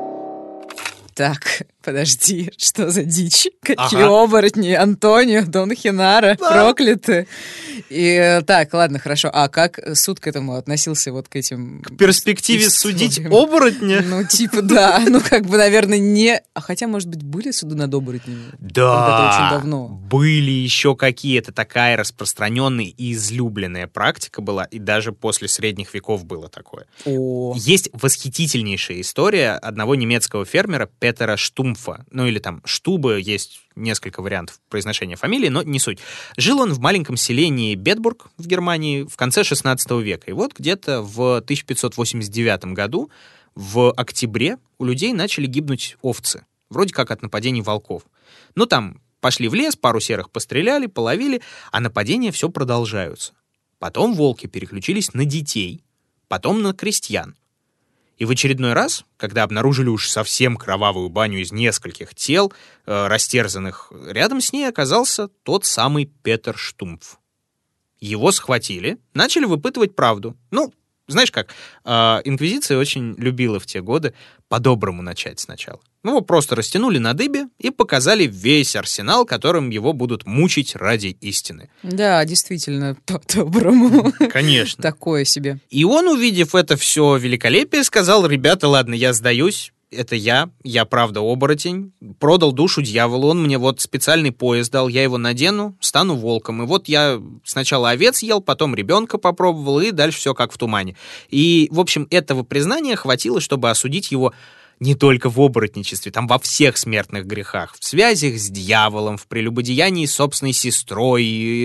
[SPEAKER 2] Так, подожди, что за дичь? Какие оборотни? Антонио, Дон Хенара, прокляты. И так, ладно, хорошо. А как суд к этому относился, вот к этим...
[SPEAKER 1] К перспективе судить оборотня?
[SPEAKER 2] Ну, типа, да. Ну, как бы, наверное, не... А хотя, может быть, были суды над оборотнями?
[SPEAKER 1] Да,
[SPEAKER 2] когда-то очень давно.
[SPEAKER 1] Были еще какие-то. Такая распространенная и излюбленная практика была, и даже после средних веков было такое. Есть восхитительнейшая история одного немецкого фермера Петера Штумфа. Ну, или там Штубы, есть несколько вариантов произношения фамилии, но не суть. Жил он в маленьком селении Бетбург в Германии в конце 16 века. И вот где-то в 1589 году, в октябре, у людей начали гибнуть овцы. Вроде как от нападений волков. Ну, там пошли в лес, пару серых постреляли, половили, а нападения все продолжаются. Потом волки переключились на детей, потом на крестьян. И в очередной раз, когда обнаружили уж совсем кровавую баню из нескольких тел, растерзанных, рядом с ней оказался тот самый Петер Штумф. Его схватили, начали выпытывать правду. Ну, Знаешь как, инквизиция очень любила в те годы по-доброму начать сначала. Ну, его просто растянули на дыбе и показали весь арсенал, которым его будут мучить ради истины.
[SPEAKER 2] Да, действительно, по-доброму.
[SPEAKER 1] Конечно.
[SPEAKER 2] Такое себе.
[SPEAKER 1] И он, увидев это все великолепие, сказал: ребята, ладно, я сдаюсь, это я правда оборотень, продал душу дьяволу, он мне вот специальный пояс дал, я его надену, стану волком. И вот я сначала овец ел, потом ребенка попробовал, и дальше все как в тумане. И, в общем, этого признания хватило, чтобы осудить его не только в оборотничестве, там во всех смертных грехах, в связях с дьяволом, в прелюбодеянии с собственной сестрой,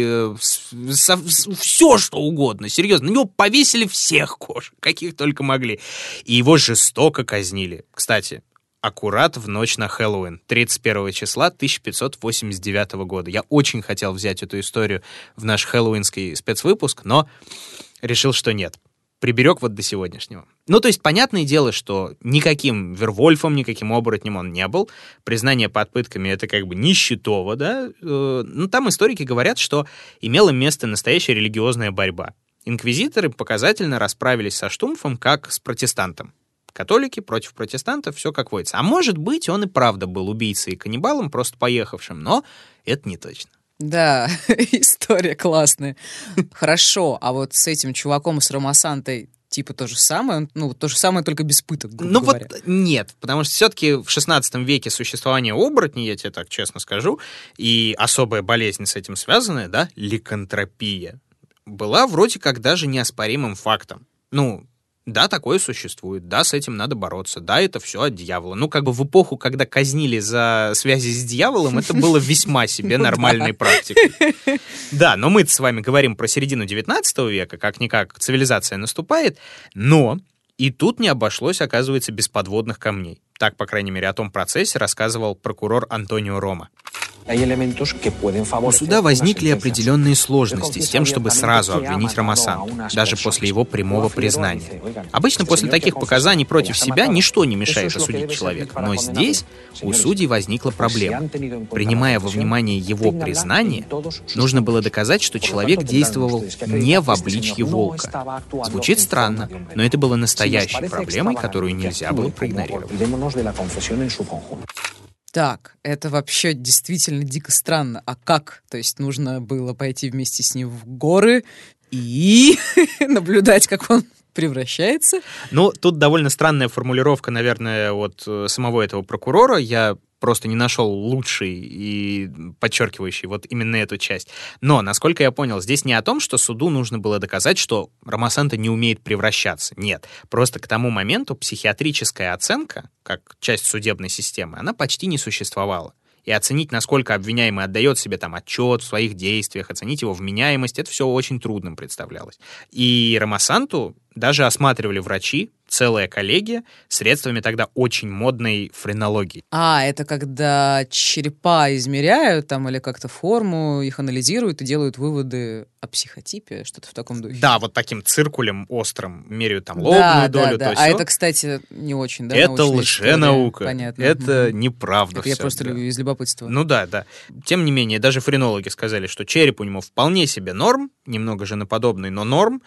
[SPEAKER 1] все что угодно, серьезно. На него повесили всех кошек, каких только могли. И его жестоко казнили. Кстати, аккурат в ночь на Хэллоуин, 31 числа 1589 года. Я очень хотел взять эту историю в наш хэллоуинский спецвыпуск, но решил, что нет. Приберег вот до сегодняшнего. Ну, то есть, понятное дело, что никаким Вервольфом, никаким оборотнем он не был. Признание под пытками — это как бы нищетово, да? Но там историки говорят, что имела место настоящая религиозная борьба. Инквизиторы показательно расправились со Штумфом как с протестантом. Католики против протестантов, все как водится. А может быть, он и правда был убийцей и каннибалом, просто поехавшим, но это не точно.
[SPEAKER 2] Да, история классная. Хорошо, а вот с этим чуваком, с Ромасантой, типа то же самое? Ну, то же самое, только без пыток, грубо говоря.
[SPEAKER 1] Вот нет, потому что все-таки в 16 веке существования оборотней, я тебе так честно скажу, и особая болезнь с этим связанная, да, ликантропия, была вроде как даже неоспоримым фактом. Ну, да, такое существует, да, с этим надо бороться, да, это все от дьявола. Ну, как бы в эпоху, когда казнили за связи с дьяволом, это было весьма себе нормальной практикой. Да, но мы-то с вами говорим про середину 19 века, как-никак цивилизация наступает, но и тут не обошлось, оказывается, без подводных камней. Так, по крайней мере, о том процессе рассказывал прокурор Антонио Рома. У суда возникли определенные сложности с тем, чтобы сразу обвинить Ромасанту, даже после его прямого признания. Обычно после таких показаний против себя ничто не мешает осудить человека, но здесь у судей возникла проблема. Принимая во внимание его признание, нужно было доказать, что человек действовал не в обличье волка. Звучит странно, но это было настоящей проблемой, которую нельзя было проигнорировать.
[SPEAKER 2] Так, это вообще действительно дико странно. А как? То есть нужно было пойти вместе с ним в горы и наблюдать, как он превращается?
[SPEAKER 1] Ну, тут довольно странная формулировка, наверное, от самого этого прокурора. Я просто не нашел лучший и подчеркивающий вот именно эту часть. Но, насколько я понял, здесь не о том, что суду нужно было доказать, что Ромасанта не умеет превращаться. Нет. Просто к тому моменту психиатрическая оценка, как часть судебной системы, она почти не существовала. И оценить, насколько обвиняемый отдает себе там отчет в своих действиях, оценить его вменяемость, это все очень трудным представлялось. И Ромасанту даже осматривали врачи, целая коллегия, средствами тогда очень модной френологии.
[SPEAKER 2] А, это когда черепа измеряют там или как-то форму, их анализируют и делают выводы о психотипе, что-то в таком духе.
[SPEAKER 1] Да, вот таким циркулем острым меряют там лобную долю,
[SPEAKER 2] да.
[SPEAKER 1] то всё.
[SPEAKER 2] А это, кстати, не очень, да,
[SPEAKER 1] это лженаука.
[SPEAKER 2] Понятно.
[SPEAKER 1] Это неправда.
[SPEAKER 2] Это я просто из любопытства.
[SPEAKER 1] Ну да. Тем не менее, даже френологи сказали, что череп у него вполне себе норм, немного женоподобный, но норм,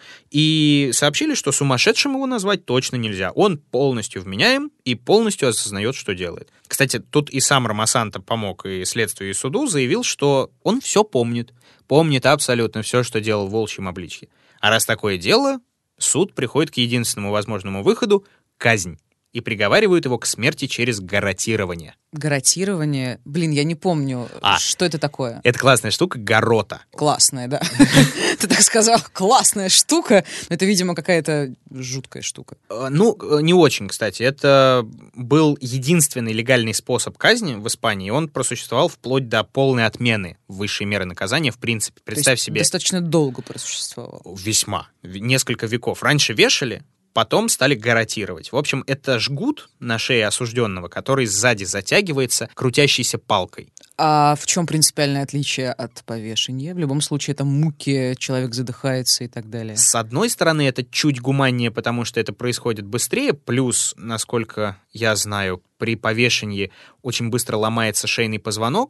[SPEAKER 1] и сообщили, что сумасшедшим его назвать точно нельзя. Он полностью вменяем и полностью осознает, что делает. Кстати, тут и сам Ромасанта помог и следствию, и суду, заявил, что он все помнит. Помнит абсолютно все, что делал в волчьем обличье. А раз такое дело, суд приходит к единственному возможному выходу — казнь. И приговаривают его к смерти через гарротирование.
[SPEAKER 2] Гарротирование? Блин, я не помню, что это такое.
[SPEAKER 1] Это классная штука — гаррота.
[SPEAKER 2] Классная, да. Ты так сказал, классная штука. Это, видимо, какая-то жуткая штука.
[SPEAKER 1] Ну, не очень, кстати. Это был единственный легальный способ казни в Испании. Он просуществовал вплоть до полной отмены высшей меры наказания, в принципе. Представь себе.
[SPEAKER 2] Достаточно долго просуществовал.
[SPEAKER 1] Весьма. Несколько веков. Раньше вешали, потом стали гарротировать. В общем, это жгут на шее осужденного, который сзади затягивается крутящейся палкой.
[SPEAKER 2] А в чем принципиальное отличие от повешения? В любом случае, это муки, человек задыхается и так далее.
[SPEAKER 1] С одной стороны, это чуть гуманнее, потому что это происходит быстрее, плюс, насколько я знаю, при повешении очень быстро ломается шейный позвонок,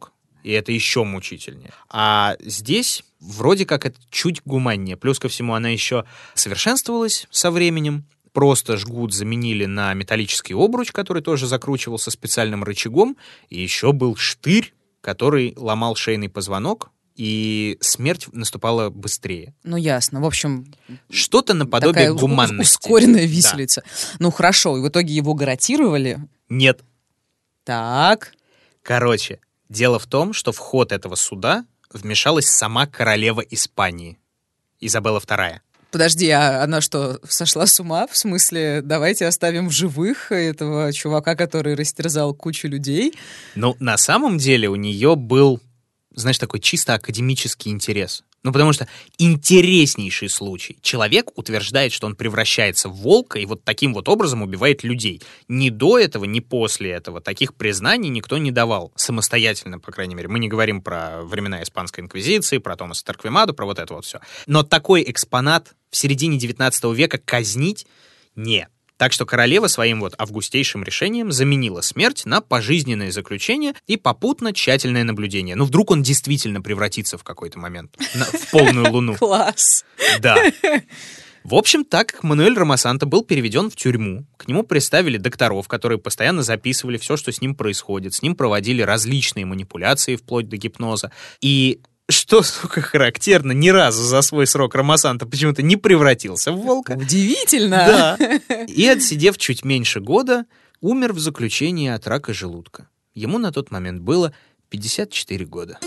[SPEAKER 1] и это еще мучительнее. А здесь вроде как это чуть гуманнее. Плюс ко всему она еще совершенствовалась со временем. Просто жгут заменили на металлический обруч, который тоже закручивался специальным рычагом, и еще был штырь, который ломал шейный позвонок, и смерть наступала быстрее.
[SPEAKER 2] Ну, ясно. В общем,
[SPEAKER 1] что-то наподобие гуманности.
[SPEAKER 2] Ускоренная виселица. Да. Ну, хорошо. И в итоге его гарротировали?
[SPEAKER 1] Нет.
[SPEAKER 2] Так.
[SPEAKER 1] Короче, дело в том, что в ход этого суда вмешалась сама королева Испании, Изабелла II.
[SPEAKER 2] Подожди, а она что, сошла с ума? В смысле, давайте оставим в живых этого чувака, который растерзал кучу людей?
[SPEAKER 1] Ну, на самом деле у нее был, знаешь, такой чисто академический интерес. Ну, потому что интереснейший случай. Человек утверждает, что он превращается в волка и вот таким вот образом убивает людей. Ни до этого, ни после этого таких признаний никто не давал. Самостоятельно, по крайней мере. Мы не говорим про времена Испанской инквизиции, про Томаса Торквемаду, про вот это вот все. Но такой экспонат в середине 19 века казнить не. Так что королева своим вот августейшим решением заменила смерть на пожизненное заключение и попутно тщательное наблюдение. Ну, вдруг он действительно превратится в какой-то момент в полную луну.
[SPEAKER 2] Класс!
[SPEAKER 1] Да. В общем, так как Мануэль Ромасанта был переведен в тюрьму, к нему приставили докторов, которые постоянно записывали все, что с ним происходит, с ним проводили различные манипуляции вплоть до гипноза. И что, сука, характерно, ни разу за свой срок Ромасанта почему-то не превратился в волка.
[SPEAKER 2] Удивительно!
[SPEAKER 1] Да. И, отсидев чуть меньше года, умер в заключении от рака желудка. Ему на тот момент было 54 года.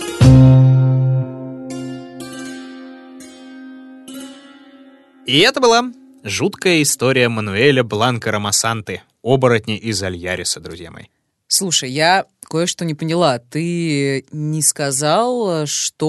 [SPEAKER 1] И это была жуткая история Мануэля Бланка Ромасанты, оборотня из Альяриса, друзья мои.
[SPEAKER 2] Слушай, я кое-что не поняла. Ты не сказал,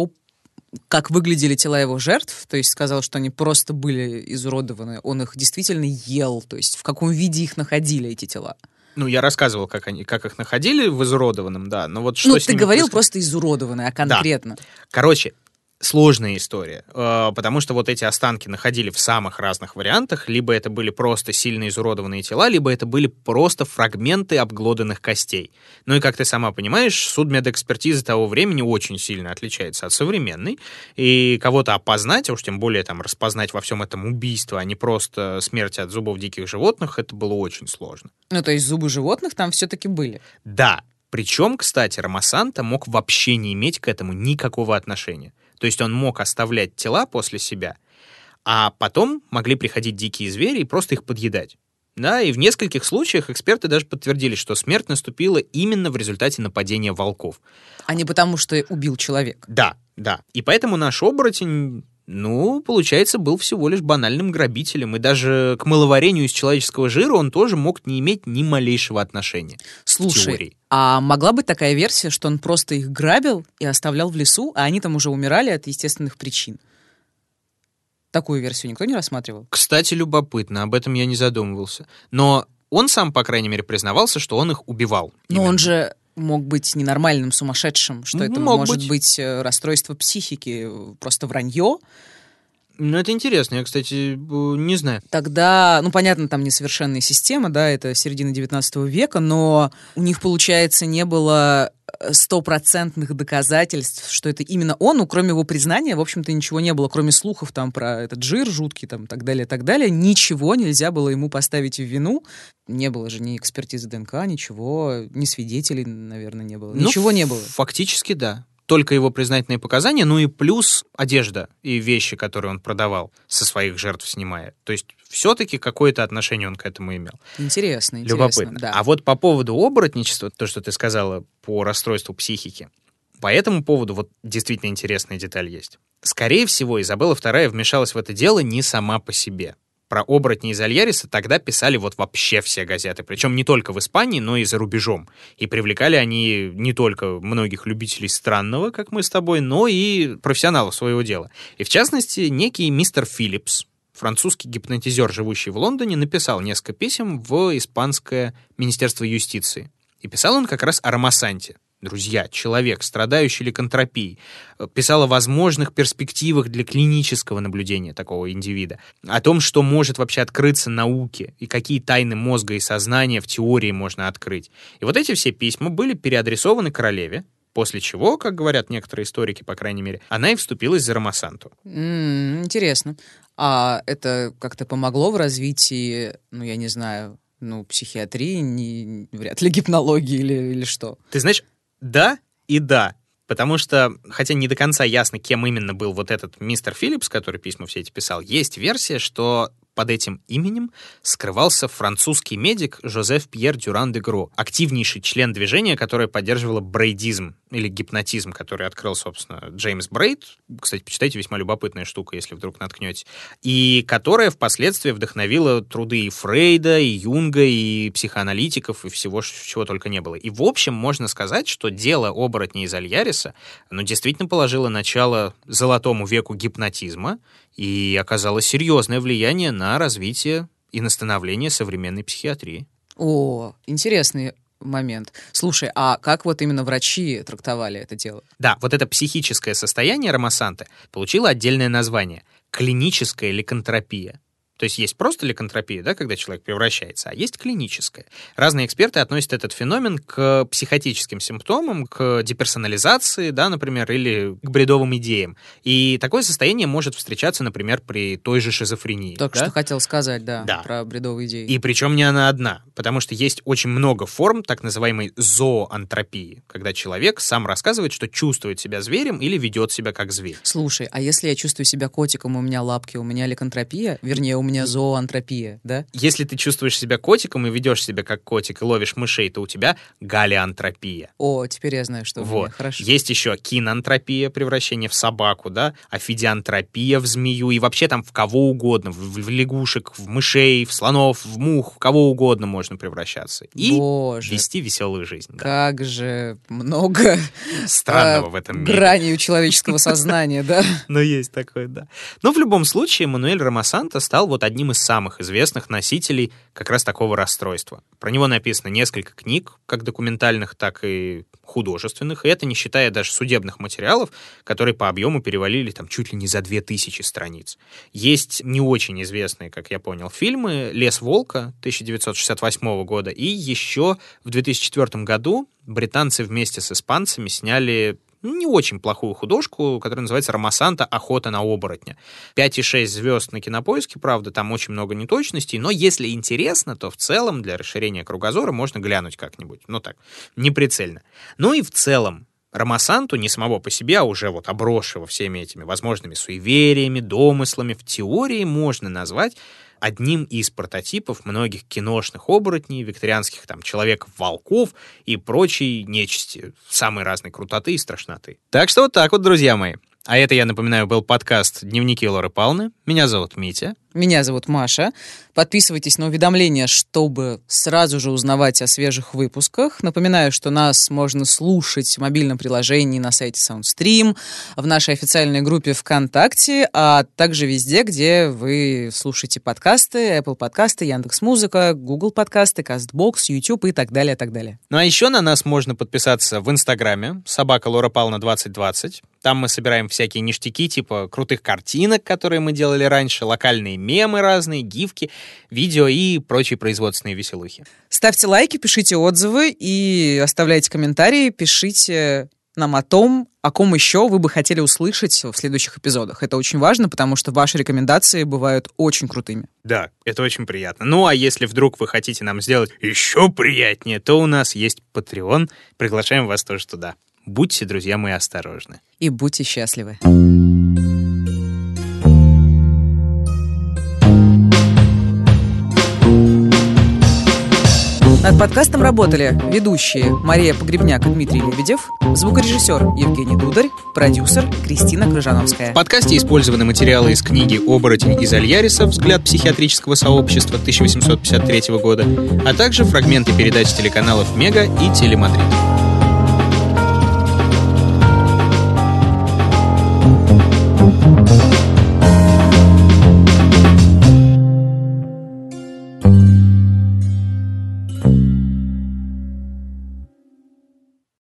[SPEAKER 2] как выглядели тела его жертв? То есть сказал, что они просто были изуродованы. Он их действительно ел? То есть в каком виде их находили, эти тела?
[SPEAKER 1] Ну, я рассказывал, как их находили в изуродованном, да. Но вот что с
[SPEAKER 2] ты
[SPEAKER 1] ними
[SPEAKER 2] говорил
[SPEAKER 1] происходит?
[SPEAKER 2] просто изуродованные, а конкретно?
[SPEAKER 1] Да. Короче, сложная история, потому что вот эти останки находили в самых разных вариантах. Либо это были просто сильно изуродованные тела, либо это были просто фрагменты обглоданных костей. Ну и, как ты сама понимаешь, судмедэкспертиза того времени очень сильно отличается от современной. И кого-то опознать, а уж тем более там распознать во всем этом убийство, а не просто смерть от зубов диких животных, это было очень сложно.
[SPEAKER 2] Ну, то есть зубы животных там все-таки были?
[SPEAKER 1] Да. Причем, кстати, Ромасанта мог вообще не иметь к этому никакого отношения. То есть он мог оставлять тела после себя, а потом могли приходить дикие звери и просто их подъедать. Да, и в нескольких случаях эксперты даже подтвердили, что смерть наступила именно в результате нападения волков.
[SPEAKER 2] А не потому, что убил человек.
[SPEAKER 1] Да, да. И поэтому наш оборотень, получается, был всего лишь банальным грабителем. И даже к мыловарению из человеческого жира он тоже мог не иметь ни малейшего отношения.
[SPEAKER 2] Слушай, а могла быть такая версия, что он просто их грабил и оставлял в лесу, а они там уже умирали от естественных причин? Такую версию никто не рассматривал?
[SPEAKER 1] Кстати, любопытно, об этом я не задумывался. Но он сам, по крайней мере, признавался, что он их убивал.
[SPEAKER 2] Но он же мог быть ненормальным, сумасшедшим, что это может быть расстройство психики, просто вранье.
[SPEAKER 1] Ну, это интересно, я, кстати, не знаю.
[SPEAKER 2] Тогда, понятно, там несовершенная система, да, это середина 19 века, но у них, получается, не было стопроцентных доказательств, что это именно он, кроме его признания, в общем-то, ничего не было, кроме слухов там про этот жир жуткий, там, так далее, ничего нельзя было ему поставить в вину. Не было же ни экспертизы ДНК, ничего, ни свидетелей, наверное, не было. Ничего не было.
[SPEAKER 1] Фактически, да. Только его признательные показания, и плюс одежда и вещи, которые он продавал, со своих жертв снимая. То есть все-таки какое-то отношение он к этому имел.
[SPEAKER 2] Интересно.
[SPEAKER 1] Любопытно.
[SPEAKER 2] Да.
[SPEAKER 1] А вот по поводу оборотничества, то, что ты сказала по расстройству психики, по этому поводу вот действительно интересная деталь есть. Скорее всего, Изабелла II вмешалась в это дело не сама по себе. Про оборотней из Альяриса тогда писали вот вообще все газеты. Причем не только в Испании, но и за рубежом. И привлекали они не только многих любителей странного, как мы с тобой, но и профессионалов своего дела. И в частности, некий мистер Филлипс, французский гипнотизер, живущий в Лондоне, написал несколько писем в испанское Министерство юстиции. И писал он как раз о Ромасанте. Друзья, человек, страдающий ликантропией, писал о возможных перспективах для клинического наблюдения такого индивида, о том, что может вообще открыться науке, и какие тайны мозга и сознания в теории можно открыть. И вот эти все письма были переадресованы королеве, После чего, как говорят некоторые историки, по крайней мере, она и вступилась за Рамасанту.
[SPEAKER 2] Интересно. А это как-то помогло в развитии, я не знаю, психиатрии, вряд ли гипнологии или что?
[SPEAKER 1] Ты знаешь, да и да. Потому что, хотя не до конца ясно, кем именно был вот этот мистер Филлипс, который письма все эти писал, есть версия, что под этим именем скрывался французский медик Жозеф Пьер Дюран де Гро, активнейший член движения, которое поддерживало брейдизм или гипнотизм, который открыл, собственно, Джеймс Брейд. Кстати, почитайте, весьма любопытная штука, если вдруг наткнете. И которая впоследствии вдохновила труды и Фрейда, и Юнга, и психоаналитиков, и всего, чего только не было. И, в общем, можно сказать, что дело оборотня из Альяриса, действительно положило начало золотому веку гипнотизма и оказало серьезное влияние на развитие и на становление современной психиатрии.
[SPEAKER 2] О, интересный момент. Слушай, а как вот именно врачи трактовали это дело?
[SPEAKER 1] Да, вот это психическое состояние Рамасанты получило отдельное название — клиническая ликантропия. То есть есть просто ликантропия, да, когда человек превращается, а есть клиническая. Разные эксперты относят этот феномен к психотическим симптомам, к деперсонализации, да, например, или к бредовым идеям. И такое состояние может встречаться, например, при той же шизофрении.
[SPEAKER 2] Только
[SPEAKER 1] да?
[SPEAKER 2] что хотел сказать, да,
[SPEAKER 1] Да,
[SPEAKER 2] про бредовые идеи.
[SPEAKER 1] И причем не она одна, потому что есть очень много форм так называемой зооантропии, когда человек сам рассказывает, что чувствует себя зверем или ведет себя как зверь.
[SPEAKER 2] Слушай, а если я чувствую себя котиком, у меня лапки, у меня ликантропия, вернее, у меня зооантропия, да?
[SPEAKER 1] Если ты чувствуешь себя котиком и ведешь себя как котик и ловишь мышей, то у тебя галеантропия.
[SPEAKER 2] О, теперь я знаю, что у меня. Хорошо.
[SPEAKER 1] Есть еще кинантропия, превращение в собаку, да, офидиантропия в змею и вообще там в кого угодно, в лягушек, в мышей, в слонов, в мух, в кого угодно можно превращаться. И вести веселую жизнь. Да.
[SPEAKER 2] Как же много
[SPEAKER 1] странного в этом мире.
[SPEAKER 2] Граней у человеческого сознания, да?
[SPEAKER 1] Но есть такое, да. Но в любом случае Мануэль Рамасанта стал вот одним из самых известных носителей как раз такого расстройства. Про него написано несколько книг, как документальных, так и художественных, и это не считая даже судебных материалов, которые по объему перевалили там чуть ли не за 2000 страниц. Есть не очень известные, как я понял, фильмы «Лес волка» 1968 года, и еще в 2004 году британцы вместе с испанцами сняли не очень плохую художку, которая называется «Рамасанта. Охота на оборотня». 5,6 звезд на Кинопоиске, правда, там очень много неточностей, но если интересно, то в целом для расширения кругозора можно глянуть как-нибудь. Так, неприцельно. И в целом Рамасанту, не самого по себе, а уже вот обросшего всеми этими возможными суевериями, домыслами, в теории можно назвать одним из прототипов многих киношных оборотней, викторианских там человеков-волков и прочей нечисти, самой разной крутоты и страшноты. Так что вот так вот, друзья мои. А это, я напоминаю, был подкаст «Дневники Лоры Павловны». Меня зовут Митя.
[SPEAKER 2] Меня зовут Маша. Подписывайтесь на уведомления, чтобы сразу же узнавать о свежих выпусках. Напоминаю, что нас можно слушать в мобильном приложении на сайте SoundStream, в нашей официальной группе ВКонтакте, а также везде, где вы слушаете подкасты, Apple подкасты, Яндекс.Музыка, Google подкасты, CastBox, YouTube и так далее, так далее.
[SPEAKER 1] А еще на нас можно подписаться в Инстаграме @LoraPavlovna2020. Там мы собираем всякие ништяки, типа крутых картинок, которые мы делали раньше, локальные мемы разные, гифки, видео и прочие производственные веселухи.
[SPEAKER 2] Ставьте лайки, пишите отзывы и оставляйте комментарии, пишите нам о том, о ком еще вы бы хотели услышать в следующих эпизодах. Это очень важно, потому что ваши рекомендации бывают очень крутыми.
[SPEAKER 1] Да, это очень приятно. А если вдруг вы хотите нам сделать еще приятнее, то у нас есть Patreon. Приглашаем вас тоже туда. Будьте, друзья мои, осторожны.
[SPEAKER 2] И будьте счастливы. Над подкастом работали ведущие Мария Погребняк и Дмитрий Лебедев, звукорежиссер Евгений Дударь, продюсер Кристина Крыжановская.
[SPEAKER 1] В подкасте использованы материалы из книги «Оборотень из Альяриса. Взгляд психиатрического сообщества» 1853 года, а также фрагменты передач телеканалов «Мега» и «Телемадрид».